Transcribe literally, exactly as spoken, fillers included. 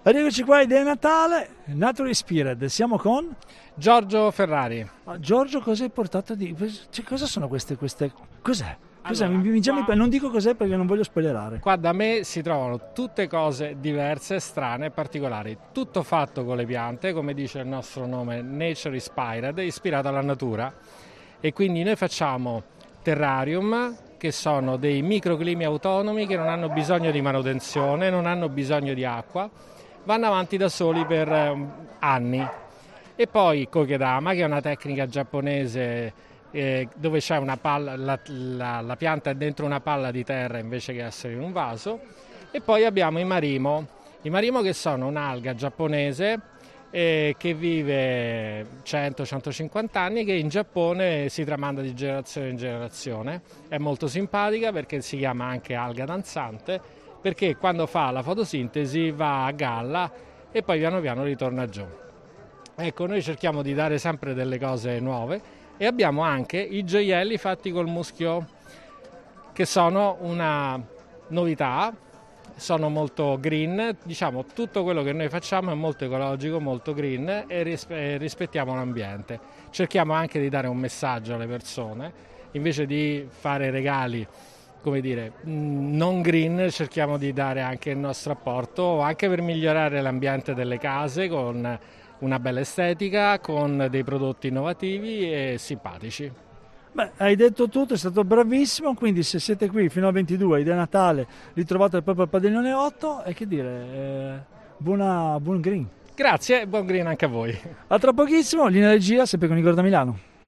Eccoci qua, Idea Natale, Nature Spirit, siamo con Giorgio Ferrari. Ah, Giorgio, cosa hai portato di... Cioè, cosa sono queste, queste... Cos'è? Cos'è? Allora, mi, mi, già qua- mi- Non dico cos'è perché non voglio spoilerare. Qua da me si trovano tutte cose diverse, strane e particolari, tutto fatto con le piante, come dice il nostro nome, Nature Inspired, ispirato alla natura. E quindi noi facciamo terrarium, che sono dei microclimi autonomi che non hanno bisogno di manutenzione, non hanno bisogno di acqua, vanno avanti da soli per eh, anni. E poi kokedama, che è una tecnica giapponese eh, dove c'è una palla, la, la, la pianta è dentro una palla di terra invece che essere in un vaso. E poi abbiamo i marimo, i marimo che sono un'alga giapponese eh, che vive cento centocinquanta anni, che in Giappone si tramanda di generazione in generazione. È molto simpatica perché si chiama anche alga danzante, perché quando fa la fotosintesi va a galla e poi piano piano ritorna giù. Ecco, noi cerchiamo di dare sempre delle cose nuove e abbiamo anche i gioielli fatti col muschio, che sono una novità, sono molto green, diciamo tutto quello che noi facciamo è molto ecologico, molto green e rispe- rispettiamo l'ambiente. Cerchiamo anche di dare un messaggio alle persone, invece di fare regali, come dire, non green, cerchiamo di dare anche il nostro apporto, anche per migliorare l'ambiente delle case con una bella estetica, con dei prodotti innovativi e simpatici. Beh, hai detto tutto, è stato bravissimo, quindi se siete qui fino al ventidue, Idea Natale, li trovate proprio al padiglione otto e che dire, eh, buona, buon green. Grazie e buon green anche a voi. A tra pochissimo, linea regia, sempre con Igor da Milano.